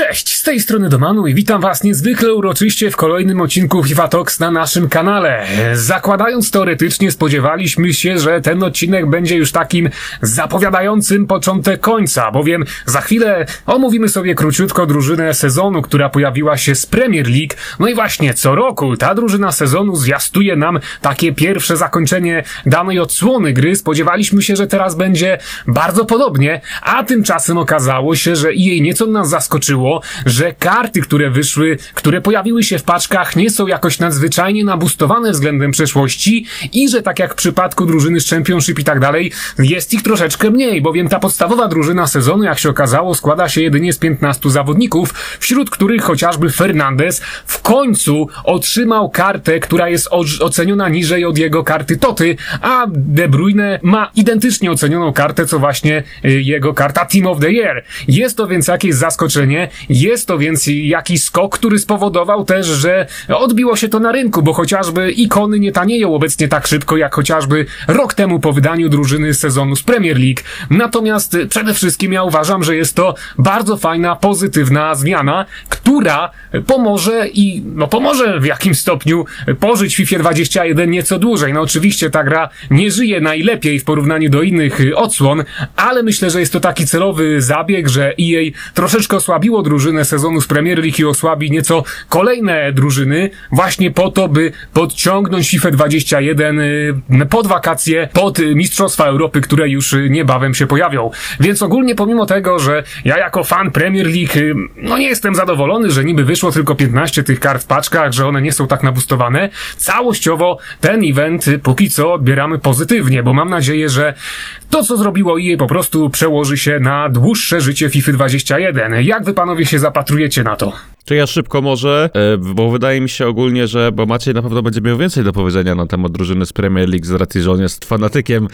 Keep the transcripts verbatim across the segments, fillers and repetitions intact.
Cześć, z tej strony Domanu i witam was niezwykle uroczyście w kolejnym odcinku FIFA Talks na naszym kanale. Zakładając teoretycznie, spodziewaliśmy się, że ten odcinek będzie już takim zapowiadającym początek końca, bowiem za chwilę omówimy sobie króciutko drużynę sezonu, która pojawiła się z Premier League. No i właśnie co roku ta drużyna sezonu zwiastuje nam takie pierwsze zakończenie danej odsłony gry. Spodziewaliśmy się, że teraz będzie bardzo podobnie, a tymczasem okazało się, że i jej nieco nas zaskoczyło, że karty, które wyszły, które pojawiły się w paczkach, nie są jakoś nadzwyczajnie nabustowane względem przeszłości i że tak jak w przypadku drużyny z Championship i tak dalej, jest ich troszeczkę mniej, bowiem ta podstawowa drużyna sezonu, jak się okazało, składa się jedynie z piętnastu zawodników, wśród których chociażby Fernandes w końcu otrzymał kartę, która jest oceniona niżej od jego karty Toty, a De Bruyne ma identycznie ocenioną kartę, co właśnie jego karta Team of the Year. Jest to więc jakieś zaskoczenie. Jest to więc jakiś skok, który spowodował też, że odbiło się to na rynku, bo chociażby ikony nie tanieją obecnie tak szybko, jak chociażby rok temu po wydaniu drużyny sezonu z Premier League. Natomiast przede wszystkim ja uważam, że jest to bardzo fajna, pozytywna zmiana, która pomoże i no pomoże w jakimś stopniu pożyć FIFA dwadzieścia jeden nieco dłużej. No oczywiście ta gra nie żyje najlepiej w porównaniu do innych odsłon, ale myślę, że jest to taki celowy zabieg, że E A troszeczkę osłabiło drużynę sezonu z Premier League i osłabi nieco kolejne drużyny właśnie po to, by podciągnąć FIFA dwadzieścia jeden pod wakacje, pod Mistrzostwa Europy, które już niebawem się pojawią. Więc ogólnie pomimo tego, że ja jako fan Premier League no nie jestem zadowolony, że niby wyszło tylko piętnaście tych kart w paczkach, że one nie są tak nabustowane, całościowo ten event póki co odbieramy pozytywnie, bo mam nadzieję, że to co zrobiło E A po prostu przełoży się na dłuższe życie FIFA dwadzieścia jeden. Jak wy panowie się zapatrujecie na to? To ja szybko może, bo wydaje mi się ogólnie, że, bo Maciej na pewno będzie miał więcej do powiedzenia na temat drużyny z Premier League, z racji, że on jest fanatykiem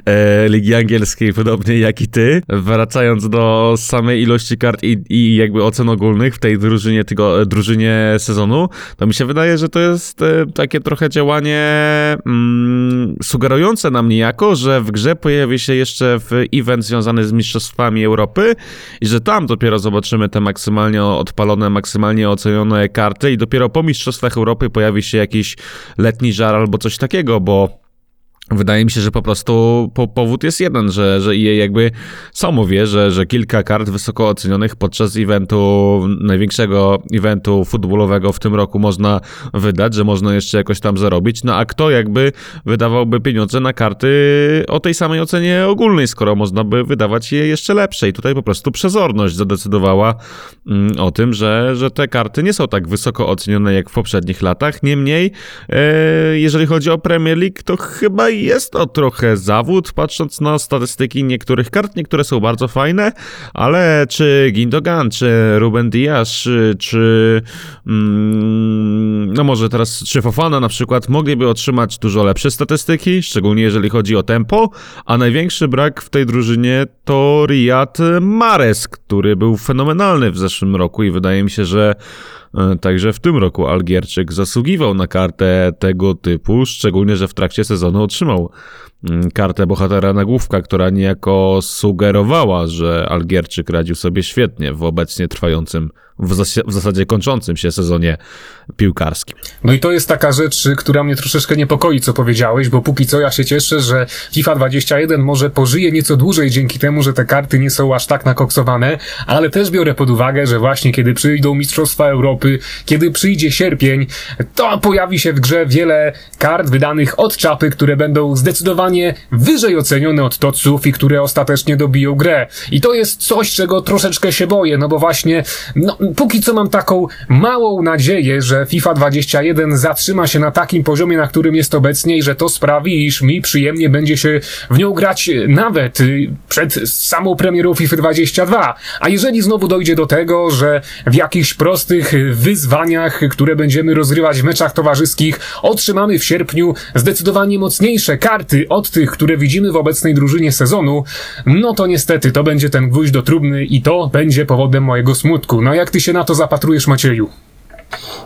e, Ligi Angielskiej, podobnie jak i ty. Wracając do samej ilości kart i, i jakby ocen ogólnych w tej drużynie, tego, drużynie sezonu, to mi się wydaje, że to jest e, takie trochę działanie mm, sugerujące nam niejako, że w grze pojawi się jeszcze w event związany z Mistrzostwami Europy i że tam dopiero zobaczymy te maksymalnie odpalone, maksymalnie maksymalnie ocenione karty i dopiero po Mistrzostwach Europy pojawi się jakiś letni żar albo coś takiego, bo wydaje mi się, że po prostu po, powód jest jeden, że, że E A jakby samo wie, że, że kilka kart wysoko ocenionych podczas eventu, największego eventu futbolowego w tym roku można wydać, że można jeszcze jakoś tam zarobić, no a kto jakby wydawałby pieniądze na karty o tej samej ocenie ogólnej, skoro można by wydawać je jeszcze lepsze i tutaj po prostu przezorność zadecydowała mm, o tym, że, że te karty nie są tak wysoko ocenione jak w poprzednich latach, niemniej e, jeżeli chodzi o Premier League, to chyba jest to trochę zawód, patrząc na statystyki niektórych kart. Niektóre są bardzo fajne, ale czy Gindogan, czy Ruben Dias, czy, czy mm, no może teraz czy Fofana na przykład mogliby otrzymać dużo lepsze statystyki, szczególnie jeżeli chodzi o tempo, a największy brak w tej drużynie to Riyad Mahrez, który był fenomenalny w zeszłym roku i wydaje mi się, że także w tym roku Algierczyk zasługiwał na kartę tego typu, szczególnie, że w trakcie sezonu otrzymał kartę bohatera nagłówka, która niejako sugerowała, że Algierczyk radził sobie świetnie w obecnie trwającym, w, zas- w zasadzie kończącym się sezonie piłkarskim. No i to jest taka rzecz, która mnie troszeczkę niepokoi, co powiedziałeś, bo póki co ja się cieszę, że FIFA dwadzieścia jeden może pożyje nieco dłużej dzięki temu, że te karty nie są aż tak nakoksowane, ale też biorę pod uwagę, że właśnie kiedy przyjdą Mistrzostwa Europy, kiedy przyjdzie sierpień, to pojawi się w grze wiele kart wydanych od czapy, które będą zdecydowanie wyżej ocenione od toców i które ostatecznie dobiją grę. I to jest coś, czego troszeczkę się boję, no bo właśnie, no, póki co mam taką małą nadzieję, że FIFA dwadzieścia jeden zatrzyma się na takim poziomie, na którym jest obecnie i że to sprawi, iż mi przyjemnie będzie się w nią grać nawet przed samą premierą FIFA dwadzieścia dwa. A jeżeli znowu dojdzie do tego, że w jakichś prostych wyzwaniach, które będziemy rozgrywać w meczach towarzyskich, otrzymamy w sierpniu zdecydowanie mocniejsze karty od tych, które widzimy w obecnej drużynie sezonu, no to niestety to będzie ten gwóźdź do trumny i to będzie powodem mojego smutku. No jak ty się na to zapatrujesz, Macieju?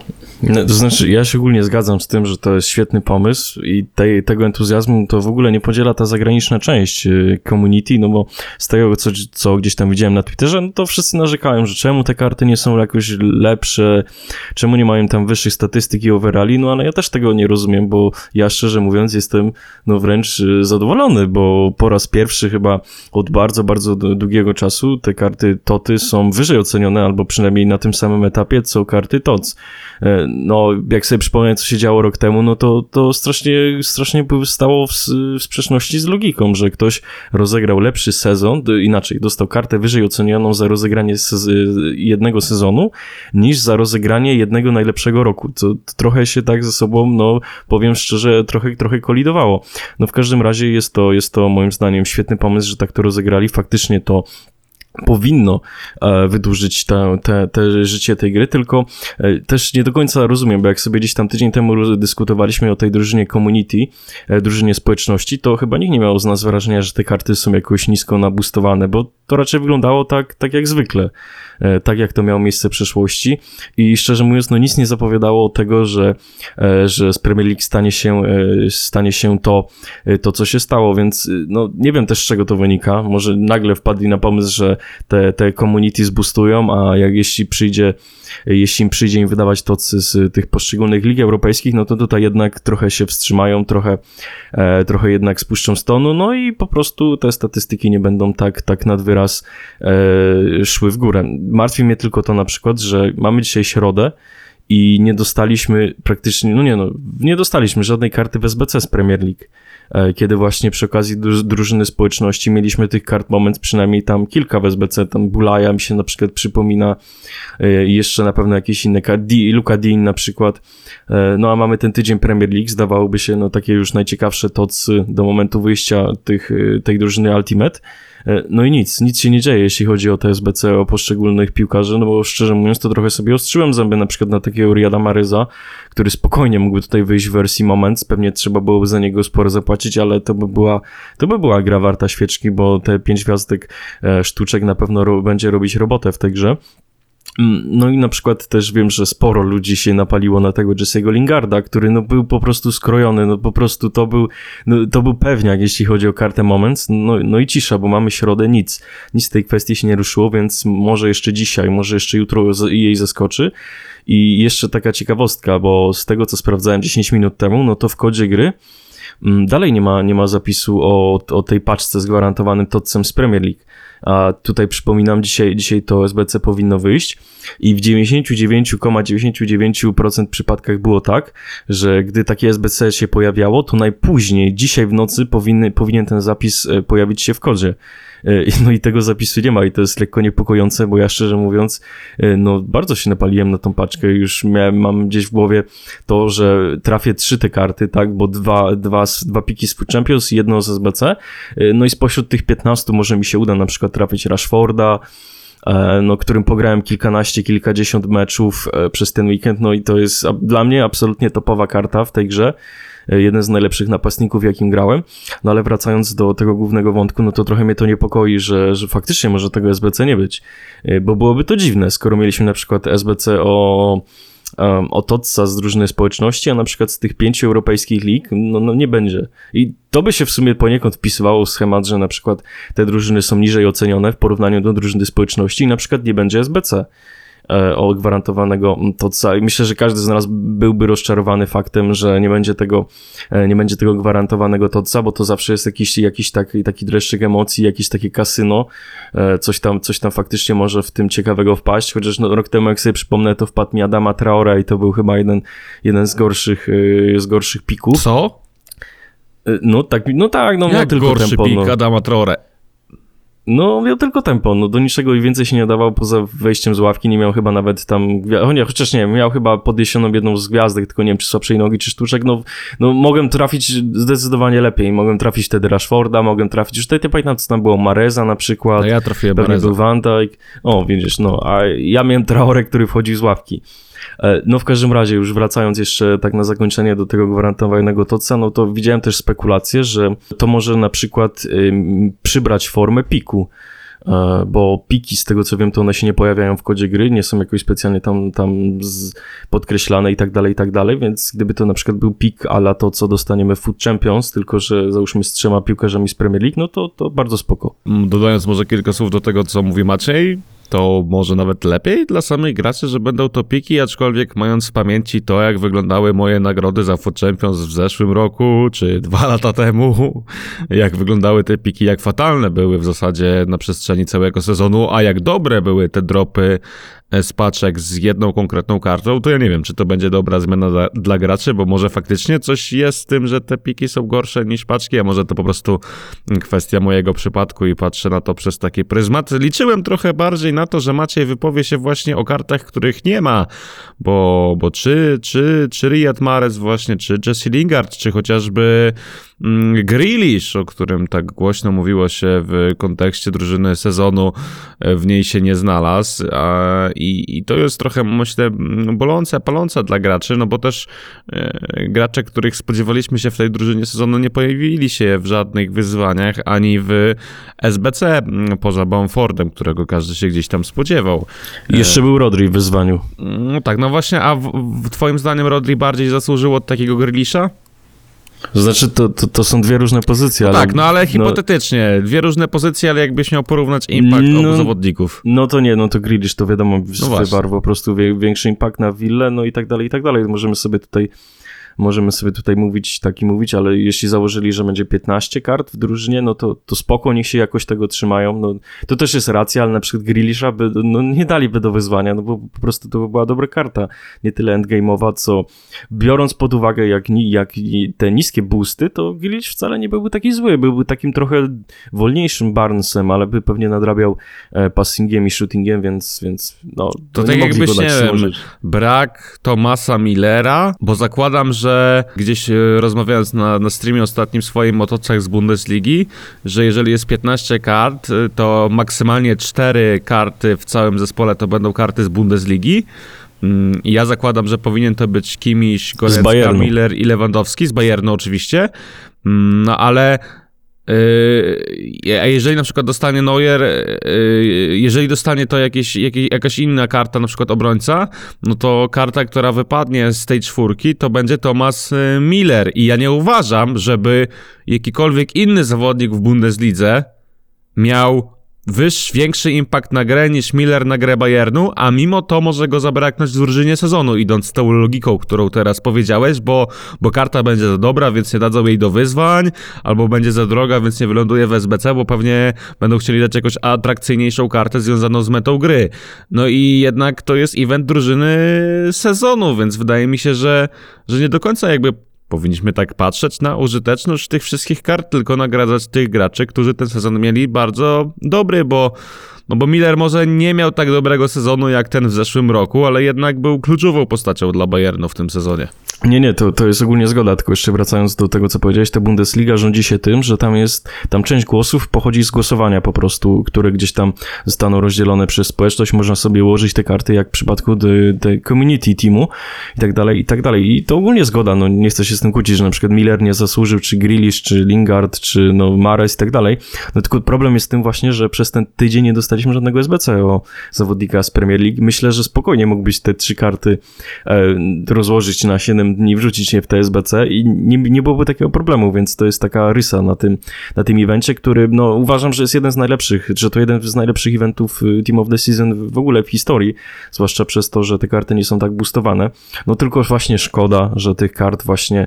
No, to znaczy, ja się ogólnie zgadzam z tym, że to jest świetny pomysł i tej, tego entuzjazmu to w ogóle nie podziela ta zagraniczna część y, community, no bo z tego, co, co gdzieś tam widziałem na Twitterze, no to wszyscy narzekają, że czemu te karty nie są jakoś lepsze, czemu nie mają tam wyższych statystyk i overalli, no ale ja też tego nie rozumiem, bo ja szczerze mówiąc jestem no wręcz y, zadowolony, bo po raz pierwszy chyba od bardzo, bardzo długiego czasu te karty Toty są wyżej ocenione, albo przynajmniej na tym samym etapie, co karty T O C. No, jak sobie przypomnę, co się działo rok temu, no to, to strasznie, strasznie stało w, w sprzeczności z logiką, że ktoś rozegrał lepszy sezon, inaczej, dostał kartę wyżej ocenioną za rozegranie sez jednego sezonu, niż za rozegranie jednego najlepszego roku. To, to trochę się tak ze sobą, no, powiem szczerze, trochę, trochę kolidowało. No, w każdym razie jest to, jest to moim zdaniem świetny pomysł, że tak to rozegrali. Faktycznie to powinno e, wydłużyć te, te, te życie tej gry, tylko e, też nie do końca rozumiem, bo jak sobie gdzieś tam tydzień temu dyskutowaliśmy o tej drużynie community, e, drużynie społeczności, to chyba nikt nie miał z nas wrażenia, że te karty są jakoś nisko nabustowane, bo to raczej wyglądało tak, tak jak zwykle, e, tak jak to miało miejsce w przeszłości i szczerze mówiąc, no nic nie zapowiadało tego, że, e, że z Premier League stanie się, e, stanie się to, e, to, co się stało, więc no nie wiem też z czego to wynika, może nagle wpadli na pomysł, że te, te community zboostują, a jak jeśli przyjdzie, jeśli im przyjdzie im wydawać to z, z tych poszczególnych lig europejskich, no to tutaj jednak trochę się wstrzymają, trochę, e, trochę jednak spuszczą z tonu, no i po prostu te statystyki nie będą tak, tak nad wyraz e, szły w górę. Martwi mnie tylko to na przykład, że mamy dzisiaj środę i nie dostaliśmy praktycznie, no nie no, nie dostaliśmy żadnej karty w S B C z Premier League, kiedy właśnie przy okazji drużyny społeczności mieliśmy tych kart moment przynajmniej tam kilka w S B C, tam Bulaja mi się na przykład przypomina, jeszcze na pewno jakieś inne karty, Luka Dean na przykład, no a mamy ten tydzień Premier League, zdawałoby się no takie już najciekawsze tocy do momentu wyjścia tych, tej drużyny Ultimate. No i nic, nic się nie dzieje, jeśli chodzi o T S B C, o poszczególnych piłkarzy, no bo szczerze mówiąc to trochę sobie ostrzyłem zęby na przykład na takiego Riyada Mahreza, który spokojnie mógłby tutaj wyjść w wersji Moments, pewnie trzeba byłoby za niego sporo zapłacić, ale to by była, to by była gra warta świeczki, bo te pięć gwiazdek e, sztuczek na pewno ro- będzie robić robotę w tej grze. No i na przykład też wiem, że sporo ludzi się napaliło na tego Jesse'ego Lingarda, który no był po prostu skrojony, no po prostu to był, no to był pewniak, jeśli chodzi o kartę Moments, no, no i cisza, bo mamy środę, nic, nic z tej kwestii się nie ruszyło, więc może jeszcze dzisiaj, może jeszcze jutro jej zaskoczy. I jeszcze taka ciekawostka, bo z tego co sprawdzałem dziesięć minut temu, no to w kodzie gry dalej nie ma, nie ma zapisu o, o tej paczce z gwarantowanym totcem z Premier League. A tutaj przypominam, dzisiaj, dzisiaj to S B C powinno wyjść i w dziewięćdziesiąt dziewięć przecinek dziewięćdziesiąt dziewięć procent przypadkach było tak, że gdy takie S B C się pojawiało, to najpóźniej dzisiaj w nocy powinny, powinien ten zapis pojawić się w kodzie. No i tego zapisu nie ma i to jest lekko niepokojące, bo ja szczerze mówiąc, no bardzo się napaliłem na tą paczkę, już miałem, mam gdzieś w głowie to, że trafię trzy te karty, tak, bo dwa, dwa, dwa piki z Food Champions i jedno z S B C, no i spośród tych piętnastu może mi się uda na przykład trafić Rashforda, no, którym pograłem kilkanaście, kilkadziesiąt meczów przez ten weekend, no i to jest dla mnie absolutnie topowa karta w tej grze. Jeden z najlepszych napastników, jakim grałem. No ale wracając do tego głównego wątku, no to trochę mnie to niepokoi, że, że faktycznie może tego S B C nie być. Bo byłoby to dziwne, skoro mieliśmy na przykład S B C o, o Totsa z drużyny społeczności, a na przykład z tych pięciu europejskich lig, no, no nie będzie. I to by się w sumie poniekąd wpisywało w schemat, że na przykład te drużyny są niżej ocenione w porównaniu do drużyny społeczności i na przykład nie będzie S B C o gwarantowanego Totsa. I myślę, że każdy z nas byłby rozczarowany faktem, że nie będzie tego, nie będzie tego gwarantowanego Totsa, bo to zawsze jest jakiś, jakiś taki, taki dreszczyk emocji, jakieś takie kasyno, coś tam, coś tam faktycznie może w tym ciekawego wpaść, chociaż no, rok temu, jak sobie przypomnę, to wpadł mi Adama Traore i to był chyba jeden, jeden z gorszych, z gorszych pików. Co? No tak, no tak, no jak tylko gorszy tempo, pik no. Adama Traore? No, miał tylko tempo, no do niczego więcej się nie nadawał poza wejściem z ławki, nie miał chyba nawet tam, gwi- nie, chociaż nie, miał chyba podniesioną jedną z gwiazdek, tylko nie wiem, czy słabszej nogi, czy sztuczek, no, no mogłem trafić zdecydowanie lepiej, mogłem trafić wtedy Rashforda, mogłem trafić, już tutaj nie pamiętam, co tam było, Mareza na przykład, No ja trafiłem pewnie Mareza. był Van Dijk, o widzisz, no, a ja miałem Traore, który wchodził z ławki. No w każdym razie, już wracając jeszcze tak na zakończenie do tego gwarantowanego Totsa, no to widziałem też spekulacje, że to może na przykład ym, przybrać formę piku. e, bo piki, z tego co wiem, to one się nie pojawiają w kodzie gry, nie są jakoś specjalnie tam, tam z, podkreślane i tak dalej, i tak dalej, więc gdyby to na przykład był pik a la to, co dostaniemy w Foot Champions, tylko że załóżmy z trzema piłkarzami z Premier League, no to, to bardzo spoko. Dodając może kilka słów do tego, co mówi Maciej, to może nawet lepiej dla samych graczy, że będą to piki, aczkolwiek mając w pamięci to, jak wyglądały moje nagrody za Foot Champions w zeszłym roku, czy dwa lata temu, jak wyglądały te piki, jak fatalne były w zasadzie na przestrzeni całego sezonu, a jak dobre były te dropy z paczek z jedną konkretną kartą, to ja nie wiem, czy to będzie dobra zmiana dla, dla graczy, bo może faktycznie coś jest z tym, że te piki są gorsze niż paczki, a może to po prostu kwestia mojego przypadku i patrzę na to przez taki pryzmat. Liczyłem trochę bardziej na to, że Maciej wypowie się właśnie o kartach, których nie ma, bo, bo czy, czy, czy Riyad Mahrez właśnie, czy Jesse Lingard, czy chociażby mm, Grealish, o którym tak głośno mówiło się w kontekście drużyny sezonu, w niej się nie znalazł, a I, I to jest trochę, myślę, bolące, palące dla graczy, no bo też e, gracze, których spodziewaliśmy się w tej drużynie sezonu, nie pojawili się w żadnych wyzwaniach, ani w S B C, poza Bamfordem, którego każdy się gdzieś tam spodziewał. I jeszcze e, był Rodri w wyzwaniu. No tak, no właśnie, a w, w twoim zdaniem Rodri bardziej zasłużył od takiego Grealisha? To znaczy, to, to, to są dwie różne pozycje. No ale, tak, no ale hipotetycznie, no, dwie różne pozycje, ale jakbyś miał porównać impact no, obu zawodników. No to nie, no to Grealish to wiadomo, No wywarł po prostu wie, większy impact na Willę, no i tak dalej, i tak dalej. Możemy sobie tutaj Możemy sobie tutaj mówić, tak i mówić, ale jeśli założyli, że będzie piętnaście kart w drużynie, no to, to spoko, niech się jakoś tego trzymają. No, to też jest racja, ale na przykład Grealisha by, no, nie daliby do wyzwania, no bo po prostu to by była dobra karta. Nie tyle endgame'owa, co biorąc pod uwagę jak, jak te niskie boosty, to Grealish wcale nie byłby taki zły. Byłby takim trochę wolniejszym Barnesem, ale by pewnie nadrabiał e, passingiem i shootingiem, więc, więc no, to no tak nie mogli jakbyś, go nie dać wiem, złożyć. brak Thomasa Millera, bo zakładam, że gdzieś rozmawiając na, na streamie ostatnim swoim o tocach z Bundesligi, że jeżeli jest piętnaście kart, to maksymalnie cztery karty w całym zespole to będą karty z Bundesligi. I ja zakładam, że powinien to być Kimmich, Goretzka, Miller i Lewandowski, z Bayernu oczywiście, no ale a jeżeli na przykład dostanie Neuer, jeżeli dostanie to jakieś, jakieś, jakaś inna karta, na przykład obrońca, no to karta, która wypadnie z tej czwórki, to będzie Thomas Miller i ja nie uważam, żeby jakikolwiek inny zawodnik w Bundeslidze miał wyższy, większy impact na grę niż Miller na grę Bayernu, a mimo to może go zabraknąć w drużynie sezonu, idąc z tą logiką, którą teraz powiedziałeś, bo, bo karta będzie za dobra, więc nie dadzą jej do wyzwań, albo będzie za droga, więc nie wyląduje w S B C, bo pewnie będą chcieli dać jakąś atrakcyjniejszą kartę związaną z metą gry. No i jednak to jest event drużyny sezonu, więc wydaje mi się, że, że nie do końca jakby powinniśmy tak patrzeć na użyteczność tych wszystkich kart, tylko nagradzać tych graczy, którzy ten sezon mieli bardzo dobry, bo, no bo Miller może nie miał tak dobrego sezonu jak ten w zeszłym roku, ale jednak był kluczową postacią dla Bayernu w tym sezonie. Nie, nie, to, to jest ogólnie zgoda, tylko jeszcze wracając do tego, co powiedziałeś, ta Bundesliga rządzi się tym, że tam jest, tam część głosów pochodzi z głosowania po prostu, które gdzieś tam zostaną rozdzielone przez społeczność, można sobie ułożyć te karty, jak w przypadku tej community teamu i tak dalej, i tak dalej. I to ogólnie zgoda, no nie chcę się z tym kłócić, że na przykład Miller nie zasłużył, czy Grealish, czy Lingard, czy no Mahrez i tak dalej, no tylko problem jest z tym właśnie, że przez ten tydzień nie dostaliśmy żadnego S B C o zawodnika z Premier League. Myślę, że spokojnie mógłbyś te trzy karty e, rozłożyć na siedem dni, wrzucić je w T S B C i nie, nie byłoby takiego problemu, więc to jest taka rysa na tym, na tym evencie, który no uważam, że jest jeden z najlepszych, że to jeden z najlepszych eventów Team of the Season w ogóle w historii, zwłaszcza przez to, że te karty nie są tak boostowane. No tylko właśnie szkoda, że tych kart właśnie,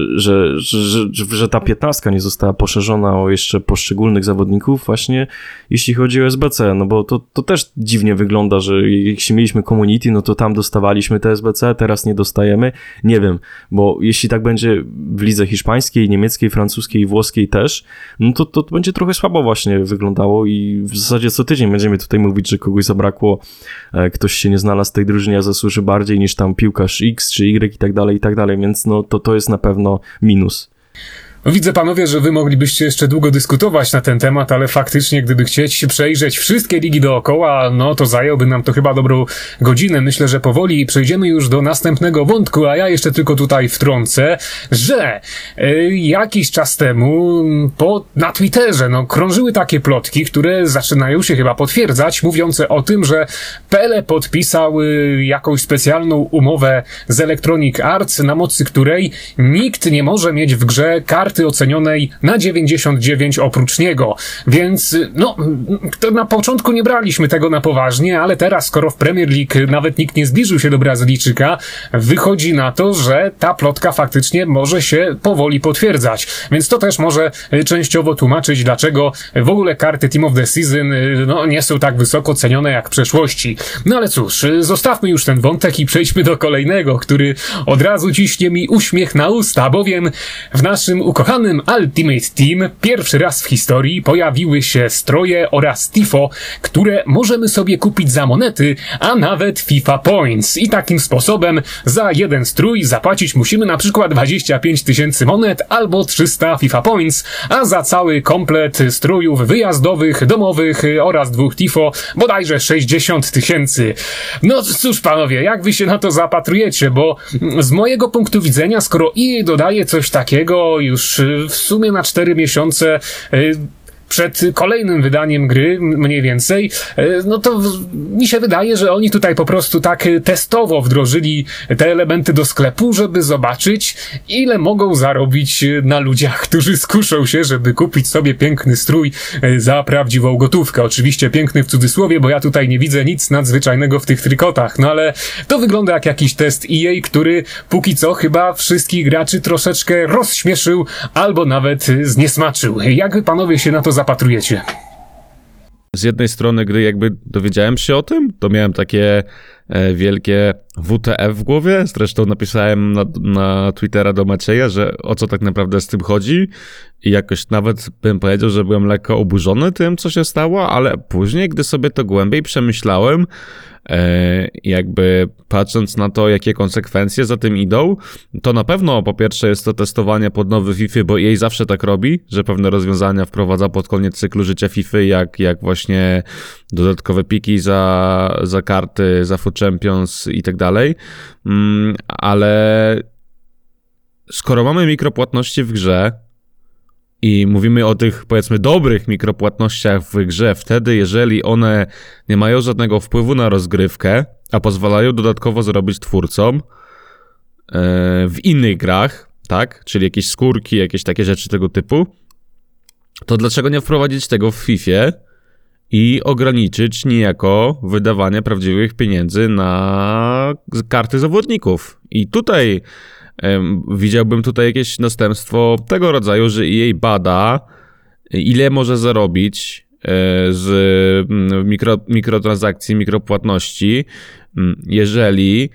że, że, że, że ta piętnastka nie została poszerzona o jeszcze poszczególnych zawodników właśnie jeśli chodzi o S B C, no bo to, to też dziwnie wygląda, że jeśli mieliśmy community, no to tam dostawaliśmy te S B C, teraz nie dostajemy. Nie wiem, bo jeśli tak będzie w lidze hiszpańskiej, niemieckiej, francuskiej, włoskiej też, no to, to będzie trochę słabo właśnie wyglądało i w zasadzie co tydzień będziemy tutaj mówić, że kogoś zabrakło, e, ktoś się nie znalazł w tej drużynie, a zasłuży bardziej niż tam piłkarz X czy Y i tak dalej, i tak dalej, więc no to, to jest na pewno minus. Widzę, panowie, że wy moglibyście jeszcze długo dyskutować na ten temat, ale faktycznie, gdyby chcieć się przejrzeć wszystkie ligi dookoła, no to zająłby nam to chyba dobrą godzinę. Myślę, że powoli przejdziemy już do następnego wątku, a ja jeszcze tylko tutaj wtrącę, że y, jakiś czas temu po, na Twitterze no, krążyły takie plotki, które zaczynają się chyba potwierdzać, mówiące o tym, że Pele podpisał y, jakąś specjalną umowę z Electronic Arts, na mocy której nikt nie może mieć w grze karty ocenionej na dziewięćdziesiąt dziewięć oprócz niego. Więc, no, to na początku nie braliśmy tego na poważnie, ale teraz, skoro w Premier League nawet nikt nie zbliżył się do Brazylijczyka, wychodzi na to, że ta plotka faktycznie może się powoli potwierdzać. Więc to też może częściowo tłumaczyć, dlaczego w ogóle karty Team of the Season, no, nie są tak wysoko cenione jak w przeszłości. No ale cóż, zostawmy już ten wątek i przejdźmy do kolejnego, który od razu ciśnie mi uśmiech na usta, bowiem w naszym ukochanym Ultimate Team pierwszy raz w historii pojawiły się stroje oraz tifo, które możemy sobie kupić za monety, a nawet FIFA Points. I takim sposobem za jeden strój zapłacić musimy na przykład dwadzieścia pięć tysięcy monet albo trzysta FIFA Points, a za cały komplet strójów wyjazdowych, domowych oraz dwóch tifo bodajże sześćdziesiąt tysięcy. No cóż, panowie, jak wy się na to zapatrujecie, bo z mojego punktu widzenia, skoro E A dodaje coś takiego już w sumie na cztery miesiące przed kolejnym wydaniem gry, mniej więcej, no to mi się wydaje, że oni tutaj po prostu tak testowo wdrożyli te elementy do sklepu, żeby zobaczyć, ile mogą zarobić na ludziach, którzy skuszą się, żeby kupić sobie piękny strój za prawdziwą gotówkę. Oczywiście piękny w cudzysłowie, bo ja tutaj nie widzę nic nadzwyczajnego w tych trykotach, no ale to wygląda jak jakiś test E A, który póki co chyba wszystkich graczy troszeczkę rozśmieszył albo nawet zniesmaczył. Jak wy, panowie, się na to zapatrujecie? Z jednej strony, gdy jakby dowiedziałem się o tym, to miałem takie e, wielkie W T F w głowie. Zresztą napisałem na, na Twittera do Macieja, że o co tak naprawdę z tym chodzi. I jakoś nawet bym powiedział, że byłem lekko oburzony tym, co się stało, ale później, gdy sobie to głębiej przemyślałem, e, jakby patrząc na to, jakie konsekwencje za tym idą, to na pewno po pierwsze jest to testowanie pod nowy FIFA, bo E A zawsze tak robi, że pewne rozwiązania wprowadza pod koniec cyklu życia FIFA, jak, jak właśnie dodatkowe piki za, za karty, za Foot Champions i tak dalej, mm, ale skoro mamy mikropłatności w grze, i mówimy o tych, powiedzmy, dobrych mikropłatnościach w grze wtedy, jeżeli one nie mają żadnego wpływu na rozgrywkę, a pozwalają dodatkowo zrobić twórcom yy, w innych grach, tak? Czyli jakieś skórki, jakieś takie rzeczy tego typu, to dlaczego nie wprowadzić tego w Fifie i ograniczyć niejako wydawanie prawdziwych pieniędzy na karty zawodników? I tutaj widziałbym tutaj jakieś następstwo tego rodzaju, że E A bada, ile może zarobić z mikro, mikrotransakcji, mikropłatności, jeżeli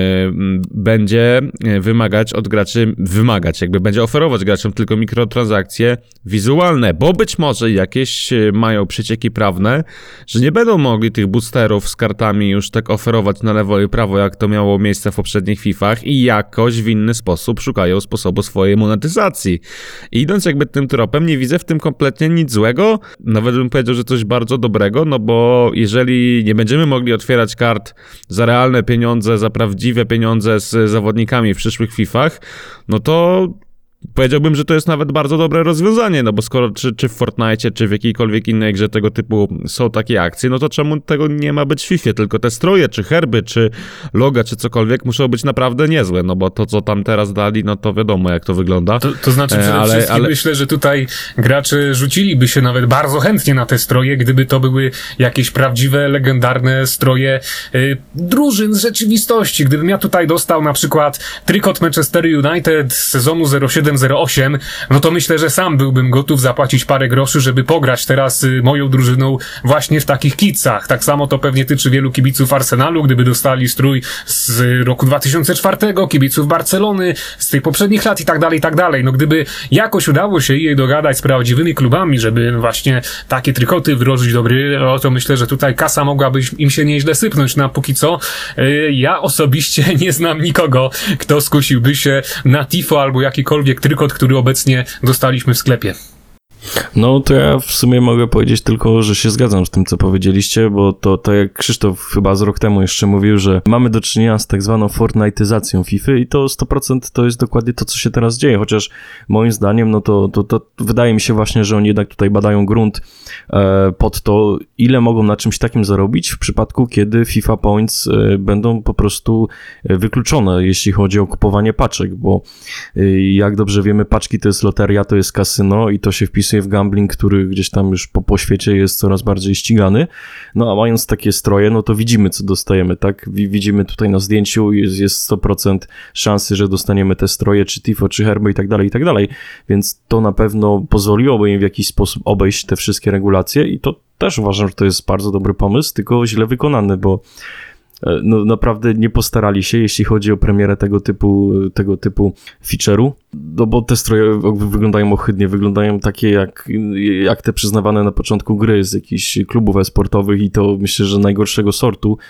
będzie wymagać od graczy, wymagać, jakby będzie oferować graczom tylko mikrotransakcje wizualne, bo być może jakieś mają przecieki prawne, że nie będą mogli tych boosterów z kartami już tak oferować na lewo i prawo, jak to miało miejsce w poprzednich Fifach i jakoś w inny sposób szukają sposobu swojej monetyzacji. I idąc jakby tym tropem, nie widzę w tym kompletnie nic złego, nawet bym powiedział, że coś bardzo dobrego, no bo jeżeli nie będziemy mogli otwierać kart za realne pieniądze, za prawdziwe pieniądze z zawodnikami w przyszłych Fifach, no to powiedziałbym, że to jest nawet bardzo dobre rozwiązanie, no bo skoro czy, czy w Fortnite, czy w jakiejkolwiek innej grze tego typu są takie akcje, no to czemu tego nie ma być w Fifie? Tylko te stroje, czy herby, czy loga, czy cokolwiek muszą być naprawdę niezłe, no bo to, co tam teraz dali, no to wiadomo, jak to wygląda. To, to znaczy przede ale, wszystkim ale... myślę, że tutaj gracze rzuciliby się nawet bardzo chętnie na te stroje, gdyby to były jakieś prawdziwe, legendarne stroje y, drużyn z rzeczywistości. Gdybym ja tutaj dostał na przykład trykot Manchester United z sezonu zero siedem zero osiem, no to myślę, że sam byłbym gotów zapłacić parę groszy, żeby pograć teraz y, moją drużyną właśnie w takich kitsach. Tak samo to pewnie tyczy wielu kibiców Arsenalu, gdyby dostali strój z roku dwa tysiące czwartego, kibiców Barcelony, z tych poprzednich lat i tak dalej, i tak dalej. No gdyby jakoś udało się jej dogadać z prawdziwymi klubami, żeby właśnie takie trykoty wdrożyć do gry, no to myślę, że tutaj kasa mogłaby im się nieźle sypnąć. Na póki co y, ja osobiście nie znam nikogo, kto skusiłby się na tifo albo jakikolwiek jakikolwiek trykot, który obecnie dostaliśmy w sklepie. No to ja w sumie mogę powiedzieć tylko, że się zgadzam z tym, co powiedzieliście, bo to, to jak Krzysztof chyba z rok temu jeszcze mówił, że mamy do czynienia z tak zwaną Fortnite'yzacją FIFA i to sto procent to jest dokładnie to, co się teraz dzieje, chociaż moim zdaniem, no to, to, to wydaje mi się właśnie, że oni jednak tutaj badają grunt e, pod to, ile mogą na czymś takim zarobić w przypadku, kiedy FIFA Points e, będą po prostu wykluczone, jeśli chodzi o kupowanie paczek, bo e, jak dobrze wiemy, paczki to jest loteria, to jest kasyno i to się wpisuje w gambling, który gdzieś tam już po, po świecie jest coraz bardziej ścigany. No a mając takie stroje, no to widzimy, co dostajemy, tak? Widzimy tutaj na zdjęciu, jest, jest sto procent szansy, że dostaniemy te stroje, czy Tifo, czy Herby i tak dalej, i tak dalej. Więc to na pewno pozwoliłoby im w jakiś sposób obejść te wszystkie regulacje i to też uważam, że to jest bardzo dobry pomysł, tylko źle wykonany, bo no naprawdę nie postarali się, jeśli chodzi o premierę tego typu, tego typu feature'u, no bo te stroje wyglądają ohydnie, wyglądają takie jak, jak te przyznawane na początku gry z jakichś klubów e-sportowych i to myślę, że najgorszego sortu.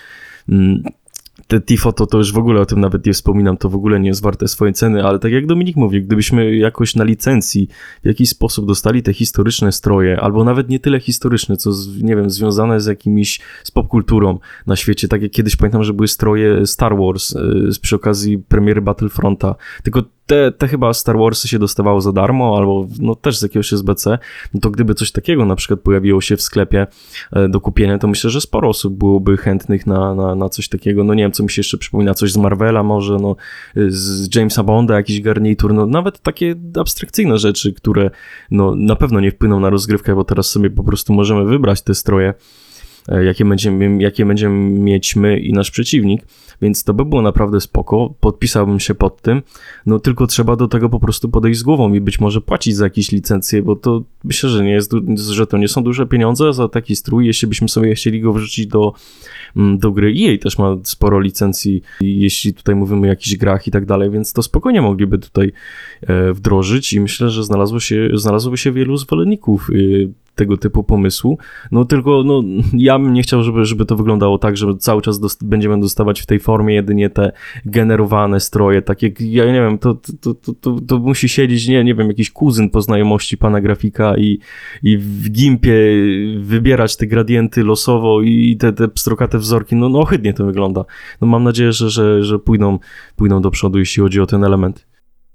Te Tifo to, to już w ogóle o tym nawet nie wspominam, to w ogóle nie jest warte swojej ceny, ale tak jak Dominik mówił, gdybyśmy jakoś na licencji w jakiś sposób dostali te historyczne stroje, albo nawet nie tyle historyczne, co z, nie wiem, związane z jakimiś, z popkulturą na świecie, tak jak kiedyś pamiętam, że były stroje Star Wars yy, przy okazji premiery Battlefronta, tylko te, te chyba Star Warsy się dostawało za darmo, albo no też z jakiegoś S B C, no to gdyby coś takiego na przykład pojawiło się w sklepie e, do kupienia, to myślę, że sporo osób byłoby chętnych na, na, na coś takiego, no nie wiem, co mi się jeszcze przypomina, coś z Marvela może, no z Jamesa Bonda jakiś garnitur, no nawet takie abstrakcyjne rzeczy, które no na pewno nie wpłyną na rozgrywkę, bo teraz sobie po prostu możemy wybrać te stroje, jakie będziemy, jakie będziemy mieć my i nasz przeciwnik, więc to by było naprawdę spoko, podpisałbym się pod tym, no tylko trzeba do tego po prostu podejść z głową i być może płacić za jakieś licencje, bo to myślę, że nie jest, że to nie są duże pieniądze za taki strój, jeśli byśmy sobie chcieli go wrzucić do, do gry. E A też ma sporo licencji, jeśli tutaj mówimy o jakichś grach i tak dalej, więc to spokojnie mogliby tutaj wdrożyć i myślę, że znalazło się, znalazłoby się wielu zwolenników tego typu pomysłu, no tylko no, ja bym nie chciał, żeby, żeby to wyglądało tak, że cały czas dost- będziemy dostawać w tej formie jedynie te generowane stroje, tak jak, ja nie wiem, to, to, to, to, to musi siedzieć, nie, nie wiem, jakiś kuzyn po znajomości pana grafika i, i w gimpie wybierać te gradienty losowo i te, te pstrokate wzorki, no, no ohydnie to wygląda. No mam nadzieję, że, że, że pójdą, pójdą do przodu, jeśli chodzi o ten element.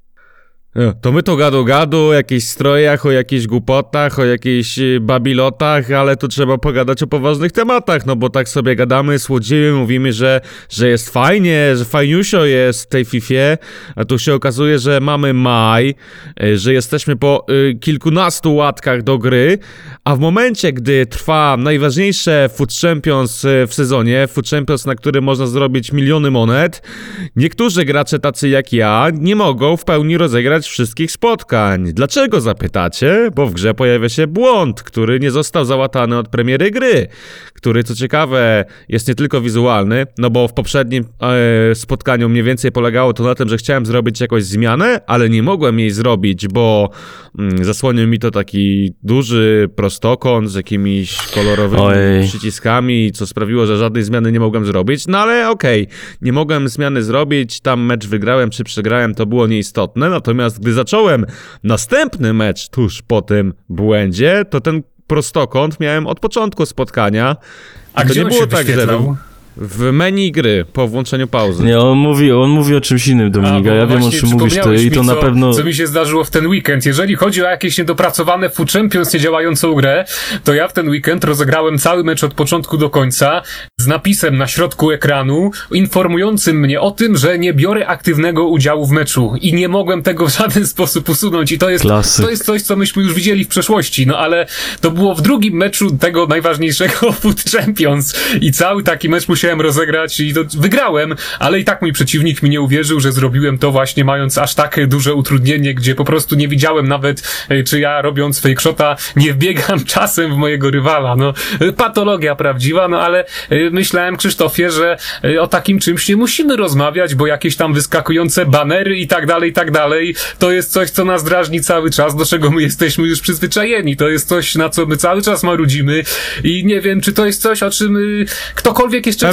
To my to gadu gadu, o jakichś strojach, o jakichś głupotach, o jakichś babilotach, ale tu trzeba pogadać o poważnych tematach, no bo tak sobie gadamy, słodzimy, mówimy, że, że jest fajnie, że fajniusio jest w tej Fifie, a tu się okazuje, że mamy maj, że jesteśmy po y, kilkunastu łatkach do gry, a w momencie, gdy trwa najważniejsze Food Champions w sezonie, Food Champions, na którym można zrobić miliony monet, niektórzy gracze tacy jak ja nie mogą w pełni rozegrać wszystkich spotkań. Dlaczego, zapytacie? Bo w grze pojawia się błąd, który nie został załatany od premiery gry, który, co ciekawe, jest nie tylko wizualny, no bo w poprzednim e, spotkaniu mniej więcej polegało to na tym, że chciałem zrobić jakąś zmianę, ale nie mogłem jej zrobić, bo mm, zasłonił mi to taki duży prostokąt z jakimiś kolorowymi Ojej. przyciskami, co sprawiło, że żadnej zmiany nie mogłem zrobić, no ale okej, okay, nie mogłem zmiany zrobić, tam mecz wygrałem czy przegrałem, to było nieistotne, natomiast gdy zacząłem następny mecz tuż po tym błędzie, to ten prostokąt miałem od początku spotkania. A to gdzie nie on było się tak, wyświetlał? że w menu gry po włączeniu pauzy. Nie, on mówi, on mówi o czymś innym, Dominika, A, ja wiem, o właśnie czym mówisz, to, i to mi, na co, pewno... co mi się zdarzyło w ten weekend. Jeżeli chodzi o jakieś niedopracowane Food Champions niedziałającą grę, to ja w ten weekend rozegrałem cały mecz od początku do końca z napisem na środku ekranu informującym mnie o tym, że nie biorę aktywnego udziału w meczu i nie mogłem tego w żaden sposób usunąć i to jest, to jest coś, co myśmy już widzieli w przeszłości, no ale to było w drugim meczu tego najważniejszego Food Champions i cały taki mecz musiałem rozegrać i to wygrałem, ale i tak mój przeciwnik mi nie uwierzył, że zrobiłem to właśnie mając aż tak duże utrudnienie, gdzie po prostu nie widziałem nawet, czy ja robiąc fake shota nie wbiegam czasem w mojego rywala. No, patologia prawdziwa, no ale myślałem, Krzysztofie, że o takim czymś nie musimy rozmawiać, bo jakieś tam wyskakujące banery i tak dalej, i tak dalej, to jest coś, co nas drażni cały czas, do czego my jesteśmy już przyzwyczajeni. To jest coś, na co my cały czas marudzimy i nie wiem, czy to jest coś, o czym ktokolwiek jeszcze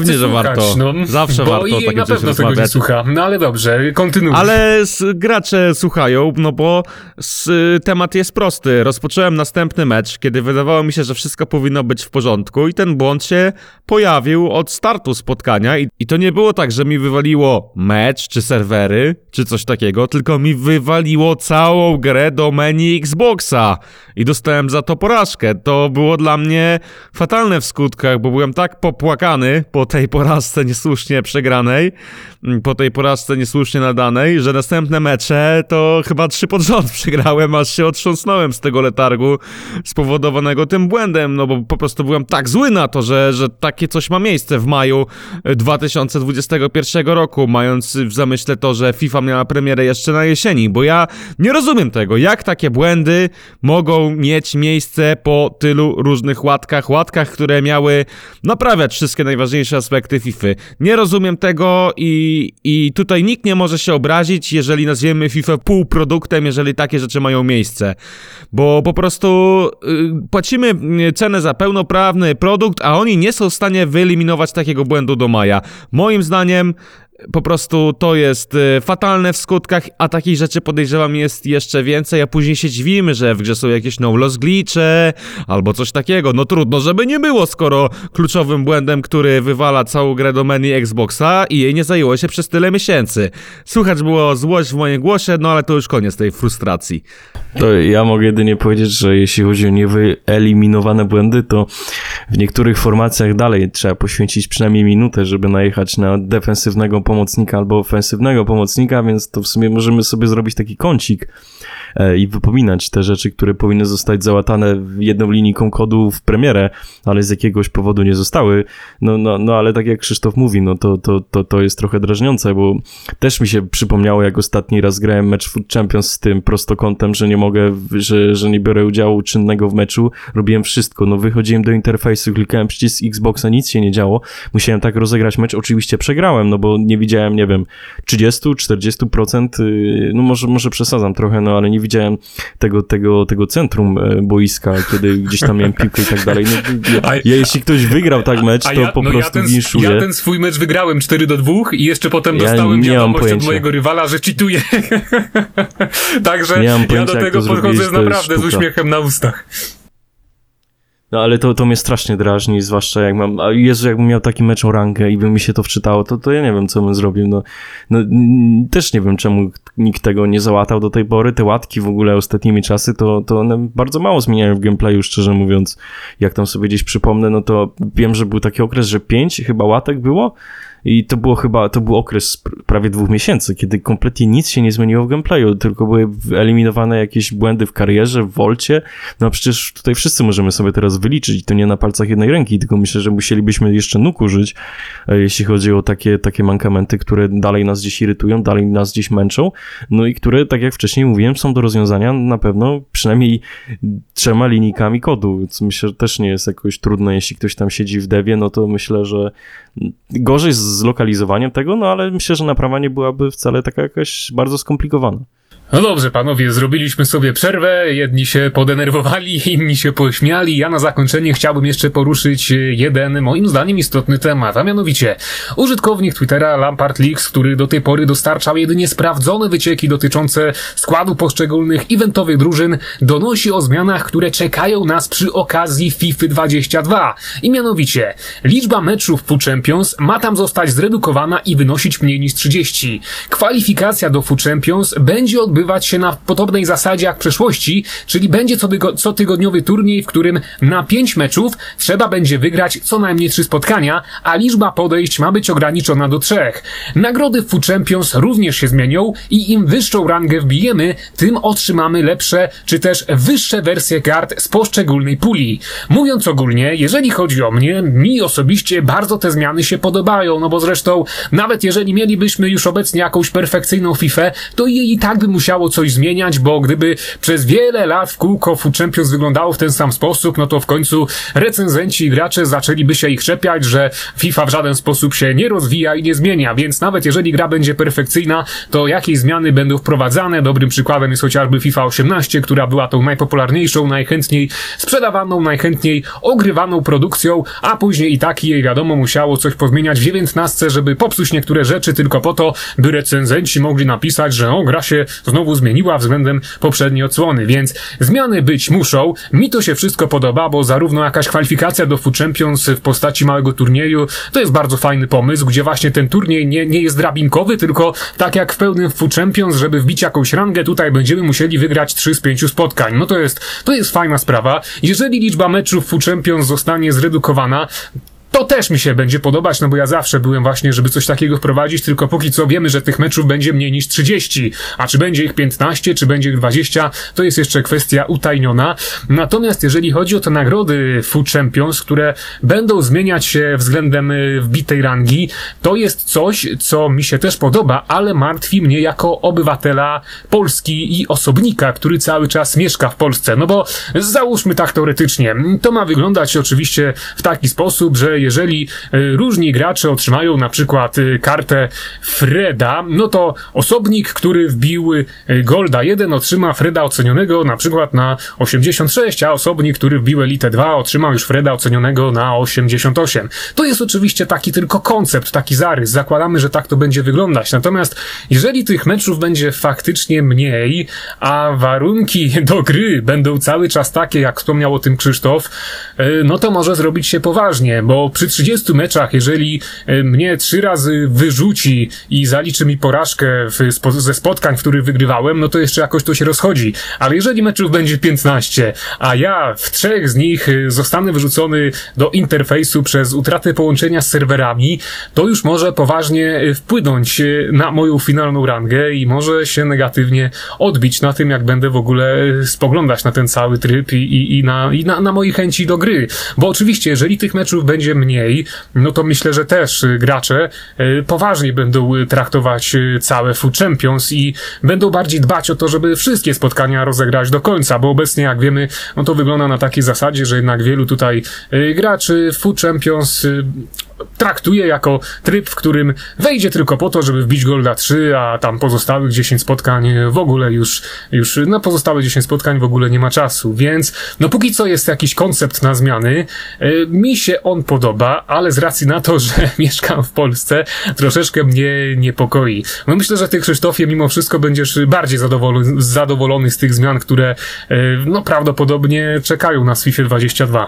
Pewnie, że słuchać, warto. No, Zawsze bo warto o i takim na czymś pewno tego nie rozmawiać. słucha. No ale dobrze, kontynuuj. Ale s- gracze słuchają, no bo s- temat jest prosty. Rozpocząłem następny mecz, kiedy wydawało mi się, że wszystko powinno być w porządku i ten błąd się pojawił od startu spotkania i, i to nie było tak, że mi wywaliło mecz, czy serwery, czy coś takiego, tylko mi wywaliło całą grę do menu Xboxa i dostałem za to porażkę. To było dla mnie fatalne w skutkach, bo byłem tak popłakany po tej porażce niesłusznie przegranej, po tej porażce niesłusznie nadanej, że następne mecze to chyba trzy pod rząd przegrałem, aż się otrząsnąłem z tego letargu spowodowanego tym błędem, no bo po prostu byłem tak zły na to, że, że takie coś ma miejsce w maju dwa tysiące dwudziestego pierwszego roku, mając w zamyśle to, że FIFA miała premierę jeszcze na jesieni, bo ja nie rozumiem tego, jak takie błędy mogą mieć miejsce po tylu różnych łatkach, łatkach, które miały naprawiać wszystkie najważniejsze aspekty FIFA. Nie rozumiem tego i, i tutaj nikt nie może się obrazić, jeżeli nazwiemy FIFA półproduktem, jeżeli takie rzeczy mają miejsce, bo po prostu y, płacimy cenę za pełnoprawny produkt, a oni nie są w stanie wyeliminować takiego błędu do maja. Moim zdaniem po prostu to jest y, fatalne w skutkach, a takich rzeczy podejrzewam jest jeszcze więcej, a później się dziwimy, że w grze są jakieś no-loss glitche albo coś takiego. No trudno, żeby nie było, skoro kluczowym błędem, który wywala całą grę do menu Xboxa i jej nie zajęło się przez tyle miesięcy. Słychać było złość w moim głosie, no ale to już koniec tej frustracji. To ja mogę jedynie powiedzieć, że jeśli chodzi o niewyeliminowane błędy, to w niektórych formacjach dalej trzeba poświęcić przynajmniej minutę, żeby najechać na defensywnego pomocnika albo ofensywnego pomocnika, więc to w sumie możemy sobie zrobić taki kącik e, i wypominać te rzeczy, które powinny zostać załatane jedną linijką kodu w premierę, ale z jakiegoś powodu nie zostały. No, no, no ale tak jak Krzysztof mówi, no to, to, to, to jest trochę drażniące, bo też mi się przypomniało, jak ostatni raz grałem mecz Food Champions z tym prostokątem, że nie mogę, że, że nie biorę udziału czynnego w meczu. Robiłem wszystko, no wychodziłem do interfejsu, klikałem przycisk Xboxa, nic się nie działo. Musiałem tak rozegrać mecz, oczywiście przegrałem, no bo nie widziałem, nie wiem, trzydzieści do czterdziestu procent, no może, może przesadzam trochę, no ale nie widziałem tego, tego, tego centrum boiska, kiedy gdzieś tam miałem piłkę i tak dalej. No, ja, A- ja, jeśli ktoś wygrał tak mecz, to ja, po no prostu ja ten, winszuje. ja ten swój mecz wygrałem cztery do dwóch i jeszcze potem Ja dostałem nie mam wiadomość od pojęcia. mojego rywala, że cheatuje. Także Nie mam ja pojęcia, do jak tego to zrobiłeś, podchodzę to jest naprawdę z sztuka. uśmiechem na ustach. No ale to, to mnie strasznie drażni, zwłaszcza jak mam, a Jezu, jakbym miał taki mecz o rangę i by mi się to wczytało, to, to ja nie wiem, co bym zrobił, no, no n- też nie wiem, czemu nikt tego nie załatał do tej pory, te łatki w ogóle ostatnimi czasy, to, to one bardzo mało zmieniają w gameplayu, szczerze mówiąc, jak tam sobie gdzieś przypomnę, no to wiem, że był taki okres, że pięć chyba łatek było i to było chyba, to był okres pr- prawie dwóch miesięcy, kiedy kompletnie nic się nie zmieniło w gameplayu, tylko były eliminowane jakieś błędy w karierze, w wolcie, no przecież tutaj wszyscy możemy sobie teraz wyliczyć i to nie na palcach jednej ręki, tylko myślę, że musielibyśmy jeszcze nóg użyć, e, jeśli chodzi o takie, takie mankamenty, które dalej nas gdzieś irytują, dalej nas gdzieś męczą, no i które, tak jak wcześniej mówiłem, są do rozwiązania na pewno przynajmniej trzema linijkami kodu, co myślę, że też nie jest jakoś trudne, jeśli ktoś tam siedzi w devie, no to myślę, że gorzej z zlokalizowaniem tego, no ale myślę, że naprawa nie byłaby wcale taka jakaś bardzo skomplikowana. No dobrze, panowie, zrobiliśmy sobie przerwę, jedni się podenerwowali, inni się pośmiali. Ja na zakończenie chciałbym jeszcze poruszyć jeden, moim zdaniem, istotny temat, a mianowicie użytkownik Twittera Lampard Leaks, który do tej pory dostarczał jedynie sprawdzone wycieki dotyczące składu poszczególnych eventowych drużyn, donosi o zmianach, które czekają nas przy okazji FIFA dwadzieścia dwa. I mianowicie, liczba meczów Food Champions ma tam zostać zredukowana i wynosić mniej niż trzydzieści. Kwalifikacja do Food Champions będzie odbywać się na podobnej zasadzie jak w przeszłości, czyli będzie co tygo- cotygodniowy turniej, w którym na pięć meczów trzeba będzie wygrać co najmniej trzy spotkania, a liczba podejść ma być ograniczona do trzech. Nagrody w Food Champions również się zmienią i im wyższą rangę wbijemy, tym otrzymamy lepsze czy też wyższe wersje kart z poszczególnej puli. Mówiąc ogólnie, jeżeli chodzi o mnie, mi osobiście bardzo te zmiany się podobają, no bo zresztą nawet jeżeli mielibyśmy już obecnie jakąś perfekcyjną FIFA, to jej i tak by musiała musiało coś zmieniać, bo gdyby przez wiele lat w kółko Food Champions wyglądało w ten sam sposób, no to w końcu recenzenci i gracze zaczęliby się ich czepiać, że FIFA w żaden sposób się nie rozwija i nie zmienia, więc nawet jeżeli gra będzie perfekcyjna, to jakieś zmiany będą wprowadzane. Dobrym przykładem jest chociażby FIFA osiemnaście, która była tą najpopularniejszą, najchętniej sprzedawaną, najchętniej ogrywaną produkcją, a później i tak jej wiadomo musiało coś pozmieniać w dziewiętnastce, żeby popsuć niektóre rzeczy tylko po to, by recenzenci mogli napisać, że o, gra się znowu zmieniła względem poprzedniej odsłony, więc zmiany być muszą. Mi to się wszystko podoba, bo zarówno jakaś kwalifikacja do Food Champions w postaci małego turnieju, to jest bardzo fajny pomysł, gdzie właśnie ten turniej nie, nie jest drabinkowy, tylko tak jak w pełnym Food Champions, żeby wbić jakąś rangę, tutaj będziemy musieli wygrać trzy z pięciu spotkań. No to jest, to jest fajna sprawa. Jeżeli liczba meczów w Food Champions zostanie zredukowana, to też mi się będzie podobać, no bo ja zawsze byłem właśnie, żeby coś takiego wprowadzić, tylko póki co wiemy, że tych meczów będzie mniej niż trzydzieści, a czy będzie ich piętnaście, czy będzie ich dwadzieścia, to jest jeszcze kwestia utajniona. Natomiast jeżeli chodzi o te nagrody Food Champions, które będą zmieniać się względem wbitej rangi, to jest coś, co mi się też podoba, ale martwi mnie jako obywatela Polski i osobnika, który cały czas mieszka w Polsce. No bo załóżmy tak teoretycznie, to ma wyglądać oczywiście w taki sposób, że jeżeli y, różni gracze otrzymają na przykład y, kartę Freda, no to osobnik, który wbił y, Golda jeden otrzyma Freda ocenionego na przykład na osiemdziesiąt sześć, a osobnik, który wbił Elite dwa otrzymał już Freda ocenionego na osiemdziesiąt osiem. To jest oczywiście taki tylko koncept, taki zarys. Zakładamy, że tak to będzie wyglądać. Natomiast jeżeli tych meczów będzie faktycznie mniej, a warunki do gry będą cały czas takie, jak wspomniał o tym Krzysztof, y, no to może zrobić się poważnie, bo przy trzydziestu meczach, jeżeli mnie trzy razy wyrzuci i zaliczy mi porażkę w, spo, ze spotkań, w których wygrywałem, no to jeszcze jakoś to się rozchodzi. Ale jeżeli meczów będzie piętnaście, a ja w trzech z nich zostanę wyrzucony do interfejsu przez utratę połączenia z serwerami, to już może poważnie wpłynąć na moją finalną rangę i może się negatywnie odbić na tym, jak będę w ogóle spoglądać na ten cały tryb i, i, i, na, i na, na mojej chęci do gry. Bo oczywiście, jeżeli tych meczów będzie mniej, no to myślę, że też gracze poważniej będą traktować całe Food Champions i będą bardziej dbać o to, żeby wszystkie spotkania rozegrać do końca, bo obecnie, jak wiemy, no to wygląda na takiej zasadzie, że jednak wielu tutaj graczy Food Champions traktuje jako tryb, w którym wejdzie tylko po to, żeby wbić Golda trzy, a tam pozostałych dziesięć spotkań w ogóle już, już na pozostałe dziesięć spotkań w ogóle nie ma czasu, więc no póki co jest jakiś koncept na zmiany, yy, mi się on podoba, ale z racji na to, że mieszkam w Polsce, troszeczkę mnie niepokoi. No myślę, że ty, Krzysztofie, mimo wszystko będziesz bardziej zadowolony, zadowolony z tych zmian, które yy, no prawdopodobnie czekają nas w FIFA dwadzieścia dwa.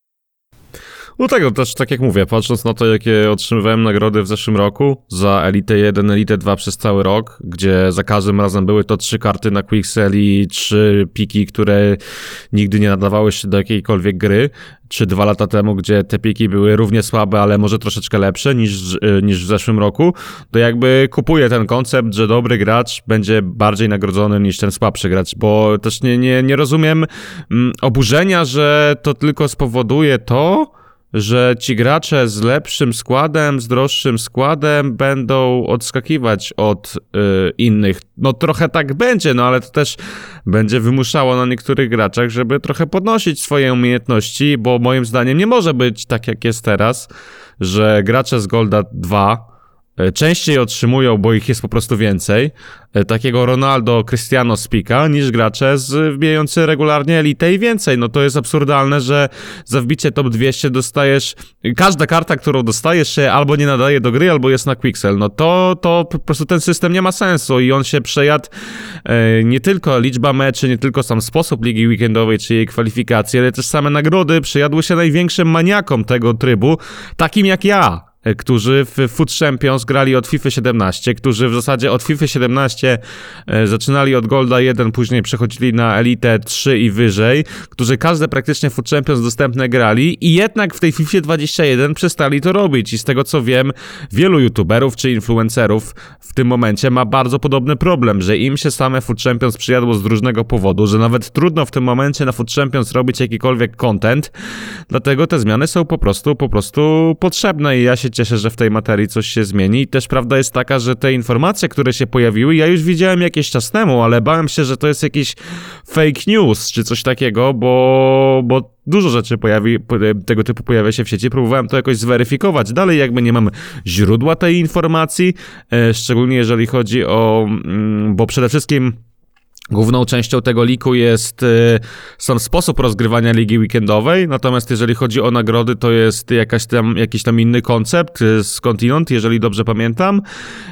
No tak, no też tak jak mówię, patrząc na to, jakie otrzymywałem nagrody w zeszłym roku za Elite jeden, Elite dwa przez cały rok, gdzie za każdym razem były to trzy karty na Quicksell i trzy piki, które nigdy nie nadawały się do jakiejkolwiek gry, czy dwa lata temu, gdzie te piki były równie słabe, ale może troszeczkę lepsze niż, niż w zeszłym roku, to jakby kupuję ten koncept, że dobry gracz będzie bardziej nagrodzony niż ten słabszy gracz, bo też nie, nie, nie rozumiem mm, oburzenia, że to tylko spowoduje to, że ci gracze z lepszym składem, z droższym składem będą odskakiwać od y, innych. No trochę tak będzie, no ale to też będzie wymuszało na niektórych graczach, żeby trochę podnosić swoje umiejętności, bo moim zdaniem nie może być tak jak jest teraz, że gracze z Golda dwa częściej otrzymują, bo ich jest po prostu więcej, takiego Ronaldo, Cristiano z pika, niż gracze z wbijający regularnie Elite i więcej. No to jest absurdalne, że za wbicie top dwieście dostajesz, każda karta, którą dostajesz się albo nie nadaje do gry, albo jest na Quicksell. No to, to po prostu ten system nie ma sensu i on się przejadł e, nie tylko liczba meczy, nie tylko sam sposób ligi weekendowej czy jej kwalifikacji, ale też same nagrody przejadły się największym maniakom tego trybu, takim jak ja, którzy w Food Champions grali od FIFA siedemnaście, którzy w zasadzie od FIFA siedemnaście e, zaczynali od Golda jeden, później przechodzili na Elite trzy i wyżej, którzy każde praktycznie Food Champions dostępne grali i jednak w tej FIFA dwadzieścia jeden przestali to robić i z tego co wiem, wielu youtuberów czy influencerów w tym momencie ma bardzo podobny problem, że im się same Food Champions przyjadło z różnego powodu, że nawet trudno w tym momencie na Food Champions robić jakikolwiek content, dlatego te zmiany są po prostu, po prostu potrzebne i ja się cieszę, że w tej materii coś się zmieni. I też prawda jest taka, że te informacje, które się pojawiły, ja już widziałem jakiś czas temu, ale bałem się, że to jest jakiś fake news czy coś takiego, bo, bo dużo rzeczy pojawi, tego typu pojawia się w sieci. Próbowałem to jakoś zweryfikować. Dalej jakby nie mam źródła tej informacji, e, szczególnie jeżeli chodzi o... Mm, bo przede wszystkim główną częścią tego liku jest y, sam sposób rozgrywania ligi weekendowej, natomiast jeżeli chodzi o nagrody, to jest jakaś tam, jakiś tam inny koncept y, skądinąd, jeżeli dobrze pamiętam.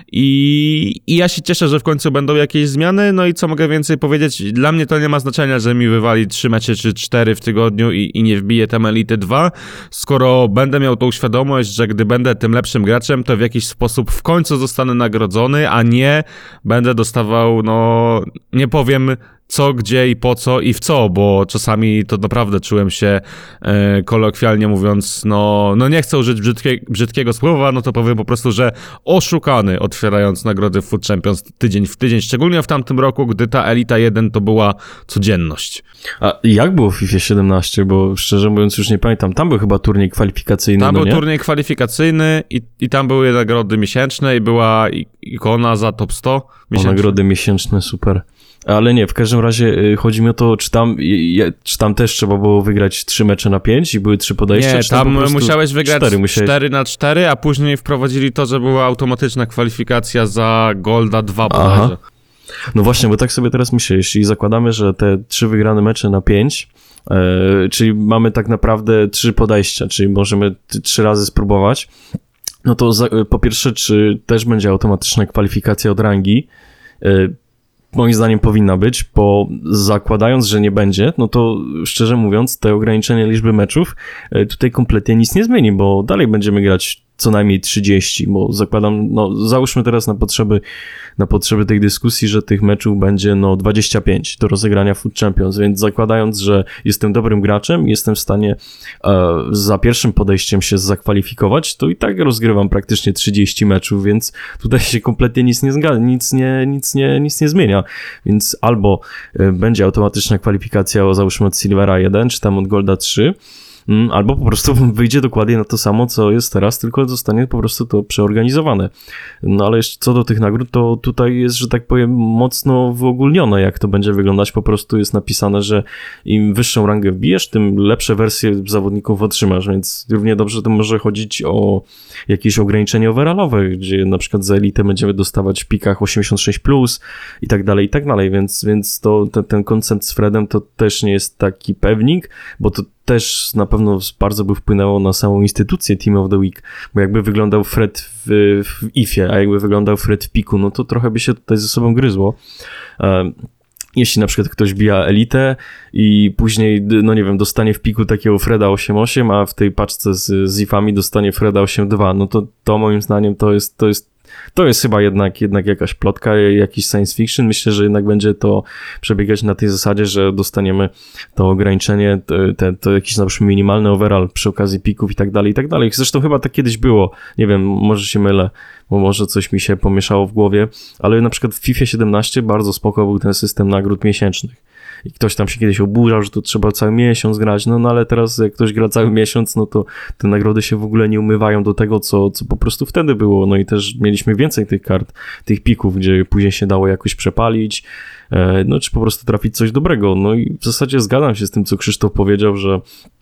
I, I ja się cieszę, że w końcu będą jakieś zmiany, no i co mogę więcej powiedzieć, dla mnie to nie ma znaczenia, że mi wywali trzy mecze czy cztery w tygodniu i, i nie wbije tam Elity dwa, skoro będę miał tą świadomość, że gdy będę tym lepszym graczem, to w jakiś sposób w końcu zostanę nagrodzony, a nie będę dostawał, no, nie powiem wiem co, gdzie i po co i w co, bo czasami to naprawdę czułem się e, kolokwialnie mówiąc, no, no nie chcę użyć brzydkie, brzydkiego słowa, no to powiem po prostu, że oszukany, otwierając nagrody Food Champions tydzień w tydzień, szczególnie w tamtym roku, gdy ta Elita jeden to była codzienność. A jak było w FIFA siedemnaście? Bo szczerze mówiąc już nie pamiętam, tam był chyba turniej kwalifikacyjny, Tam no był nie? turniej kwalifikacyjny i, i tam były nagrody miesięczne i była ikona za top sto O, miesięczne. nagrody miesięczne, super. Ale nie, w każdym razie y, chodzi mi o to, czy tam, y, czy tam też trzeba było wygrać trzy mecze na pięć i były trzy podejścia? Nie, czy tam po prostu musiałeś wygrać cztery musiałeś... cztery na cztery, a później wprowadzili to, że była automatyczna kwalifikacja za Golda dwa bodajże. No właśnie, bo tak sobie teraz myślę, jeśli zakładamy, że te trzy wygrane mecze na pięć, yy, czyli mamy tak naprawdę trzy podejścia, czyli możemy t- trzy razy spróbować, no to za, po pierwsze, czy też będzie automatyczna kwalifikacja od rangi? Yy, Moim zdaniem powinna być, bo zakładając, że nie będzie, no to szczerze mówiąc, te ograniczenie liczby meczów tutaj kompletnie nic nie zmieni, bo dalej będziemy grać co najmniej trzydzieści, bo zakładam, no załóżmy teraz na potrzeby, na potrzeby tej dyskusji, że tych meczów będzie no dwadzieścia pięć do rozegrania Food Champions, więc zakładając, że jestem dobrym graczem, jestem w stanie e, za pierwszym podejściem się zakwalifikować, to i tak rozgrywam praktycznie trzydzieści meczów, więc tutaj się kompletnie nic nie zgadza, nic nie, nic nie, nic nie zmienia, więc albo e, będzie automatyczna kwalifikacja, o, załóżmy od Silvera jeden, czy tam od Golda trzy, albo po prostu wyjdzie dokładnie na to samo, co jest teraz, tylko zostanie po prostu to przeorganizowane. No ale jeszcze co do tych nagród, to tutaj jest, że tak powiem, mocno wyogólnione, jak to będzie wyglądać. Po prostu jest napisane, że im wyższą rangę wbijesz, tym lepsze wersje zawodników otrzymasz, więc równie dobrze to może chodzić o jakieś ograniczenie overallowe, gdzie na przykład za elitę będziemy dostawać w pikach osiemdziesiąt sześć plus i tak dalej, i tak dalej, więc, więc to, ten, ten koncept z Fredem to też nie jest taki pewnik, bo to też na pewno bardzo by wpłynęło na samą instytucję Team of the Week, bo jakby wyglądał Fred w, w ifie, a jakby wyglądał Fred w piku, no to trochę by się tutaj ze sobą gryzło. Um, Jeśli na przykład ktoś bija elitę i później, no nie wiem, dostanie w piku takiego Freda osiem osiem, a w tej paczce z, z ifami dostanie Freda osiem dwa, no to to moim zdaniem to jest, to jest To jest chyba jednak, jednak jakaś plotka, jakiś science fiction. Myślę, że jednak będzie to przebiegać na tej zasadzie, że dostaniemy to ograniczenie, te, to jakiś na przykład minimalny overall przy okazji pików i tak dalej, i tak dalej. Zresztą chyba tak kiedyś było. Nie wiem, może się mylę, bo może coś mi się pomieszało w głowie, ale na przykład w FIFA siedemnaście bardzo spoko był ten system nagród miesięcznych. I ktoś tam się kiedyś oburzał, że to trzeba cały miesiąc grać, no, no ale teraz jak ktoś gra cały miesiąc, no to te nagrody się w ogóle nie umywają do tego, co, co po prostu wtedy było, no i też mieliśmy więcej tych kart, tych pików, gdzie później się dało jakoś przepalić, e, no czy po prostu trafić coś dobrego, no i w zasadzie zgadzam się z tym, co Krzysztof powiedział, że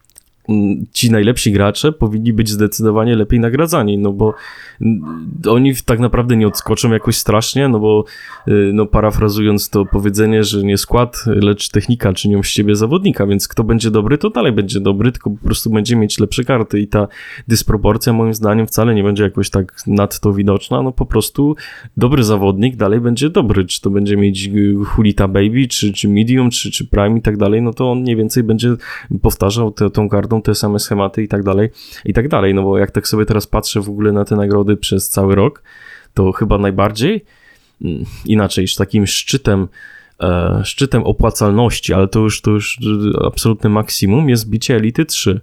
ci najlepsi gracze powinni być zdecydowanie lepiej nagradzani, no bo oni tak naprawdę nie odskoczą jakoś strasznie, no bo no parafrazując to powiedzenie, że nie skład, lecz technika czynią z ciebie zawodnika, więc kto będzie dobry, to dalej będzie dobry, tylko po prostu będzie mieć lepsze karty i ta dysproporcja moim zdaniem wcale nie będzie jakoś tak nadto widoczna, no po prostu dobry zawodnik dalej będzie dobry, czy to będzie mieć Hulita Baby, czy, czy Medium, czy, czy Prime i tak dalej, no to on mniej więcej będzie powtarzał tę tą kartą te same schematy i tak dalej, i tak dalej, no bo jak tak sobie teraz patrzę w ogóle na te nagrody przez cały rok, to chyba najbardziej inaczej, takim szczytem e, szczytem opłacalności, ale to już, to już absolutne maksimum jest bicie Elity trzy.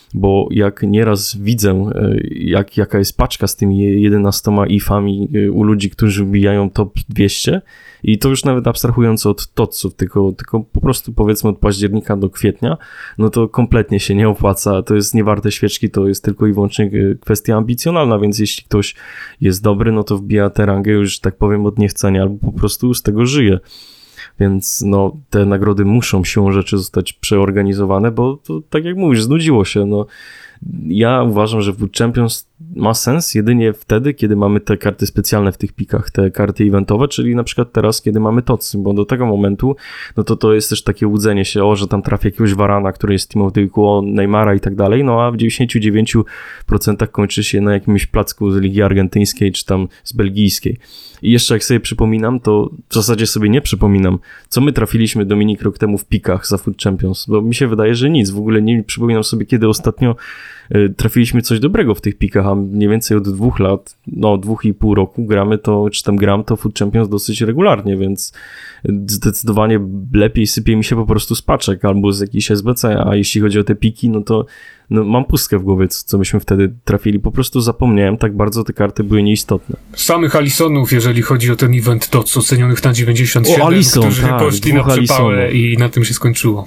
bo jak nieraz widzę, jak, jaka jest paczka z tymi jedenastoma ifami u ludzi, którzy wbijają top dwieście i to już nawet abstrahując od toców, tylko, tylko po prostu powiedzmy od października do kwietnia, no to kompletnie się nie opłaca, to jest niewarte świeczki, to jest tylko i wyłącznie kwestia ambicjonalna, więc jeśli ktoś jest dobry, no to wbija tę rangę już, tak powiem, od niechcenia albo po prostu z tego żyje. Więc no, te nagrody muszą siłą rzeczy zostać przeorganizowane, bo to, tak jak mówisz, znudziło się. No, ja uważam, że Food Champions ma sens jedynie wtedy, kiedy mamy te karty specjalne w tych pikach, te karty eventowe, czyli na przykład teraz, kiedy mamy tocy, bo do tego momentu, no to to jest też takie łudzenie się, o, że tam trafi jakiegoś Varana, który jest Team of the Week, o, Neymara i tak dalej, no a w dziewięćdziesiąt dziewięć procent kończy się na jakimś placku z Ligi Argentyńskiej, czy tam z belgijskiej. I jeszcze jak sobie przypominam, to w zasadzie sobie nie przypominam, co my trafiliśmy, Dominik, rok temu w pikach za Food Champions, bo mi się wydaje, że nic, w ogóle nie przypominam sobie, kiedy ostatnio y, trafiliśmy coś dobrego w tych pikach, a mniej więcej od dwóch lat, no dwóch i pół roku gramy to, czy tam gram to Food Champions dosyć regularnie, więc zdecydowanie lepiej sypie mi się po prostu z paczek albo z jakichś S B C, a jeśli chodzi o te piki, no to no, mam pustkę w głowie, co myśmy wtedy trafili. Po prostu zapomniałem, tak bardzo te karty były nieistotne. Samych Alisonów, jeżeli chodzi o ten event, to ocenionych na dziewięćdziesiąt siedem, o, Alison, którzy tak, poszli na przypałę Alisonów. i na tym się skończyło.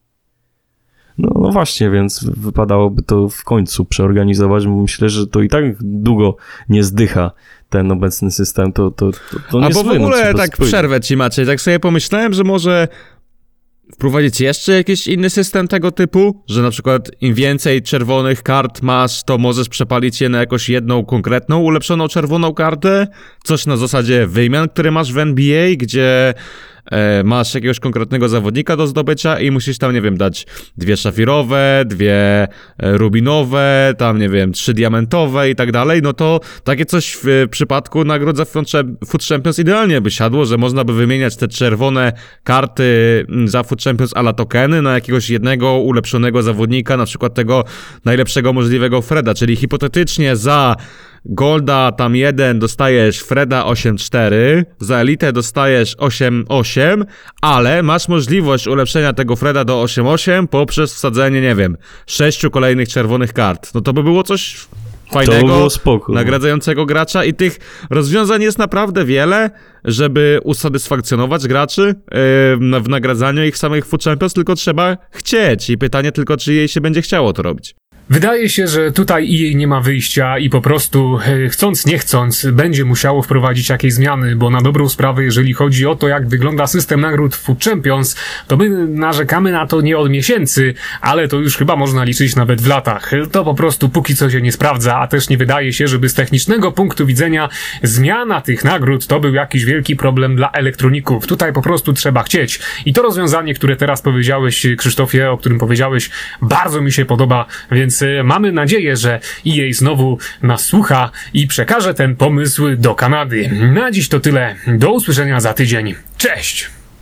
No, no właśnie, więc wypadałoby to w końcu przeorganizować, bo myślę, że to i tak długo nie zdycha ten obecny system, to, to, to, to nie Albo jest w ogóle no, tak przerwę ci, Maciej, tak sobie pomyślałem, że może wprowadzić jeszcze jakiś inny system tego typu, że na przykład im więcej czerwonych kart masz, to możesz przepalić je na jakąś jedną konkretną, ulepszoną czerwoną kartę, coś na zasadzie wymian, które masz w N B A, gdzie e, masz jakiegoś konkretnego zawodnika do zdobycia i musisz tam, nie wiem, dać dwie szafirowe, dwie e, rubinowe, tam, nie wiem, trzy diamentowe i tak dalej, no to takie coś w, w przypadku nagród za Food Champions idealnie by siadło, że można by wymieniać te czerwone karty za Food Champions a la tokeny na jakiegoś jednego ulepszonego zawodnika, na przykład tego najlepszego możliwego Freda, czyli hipotetycznie za Golda tam jeden dostajesz Freda osiem cztery, za Elitę dostajesz osiem osiem, ale masz możliwość ulepszenia tego Freda do osiem osiem poprzez wsadzenie, nie wiem, sześciu kolejnych czerwonych kart. No to by było coś fajnego, to by było spoko. nagradzającego gracza i tych rozwiązań jest naprawdę wiele, żeby usatysfakcjonować graczy yy, w nagradzaniu ich samych Food Champions, tylko trzeba chcieć i pytanie tylko, czy jej się będzie chciało to robić. Wydaje się, że tutaj E A nie ma wyjścia i po prostu e, chcąc nie chcąc będzie musiało wprowadzić jakieś zmiany, bo na dobrą sprawę, jeżeli chodzi o to, jak wygląda system nagród Food Champions, to my narzekamy na to nie od miesięcy, ale to już chyba można liczyć nawet w latach. To po prostu póki co się nie sprawdza, a też nie wydaje się, żeby z technicznego punktu widzenia zmiana tych nagród to był jakiś wielki problem dla elektroników. Tutaj po prostu trzeba chcieć. I to rozwiązanie, które teraz powiedziałeś, Krzysztofie, o którym powiedziałeś, bardzo mi się podoba, więc mamy nadzieję, że E A znowu nas słucha i przekaże ten pomysł do Kanady. Na dziś to tyle. Do usłyszenia za tydzień. Cześć!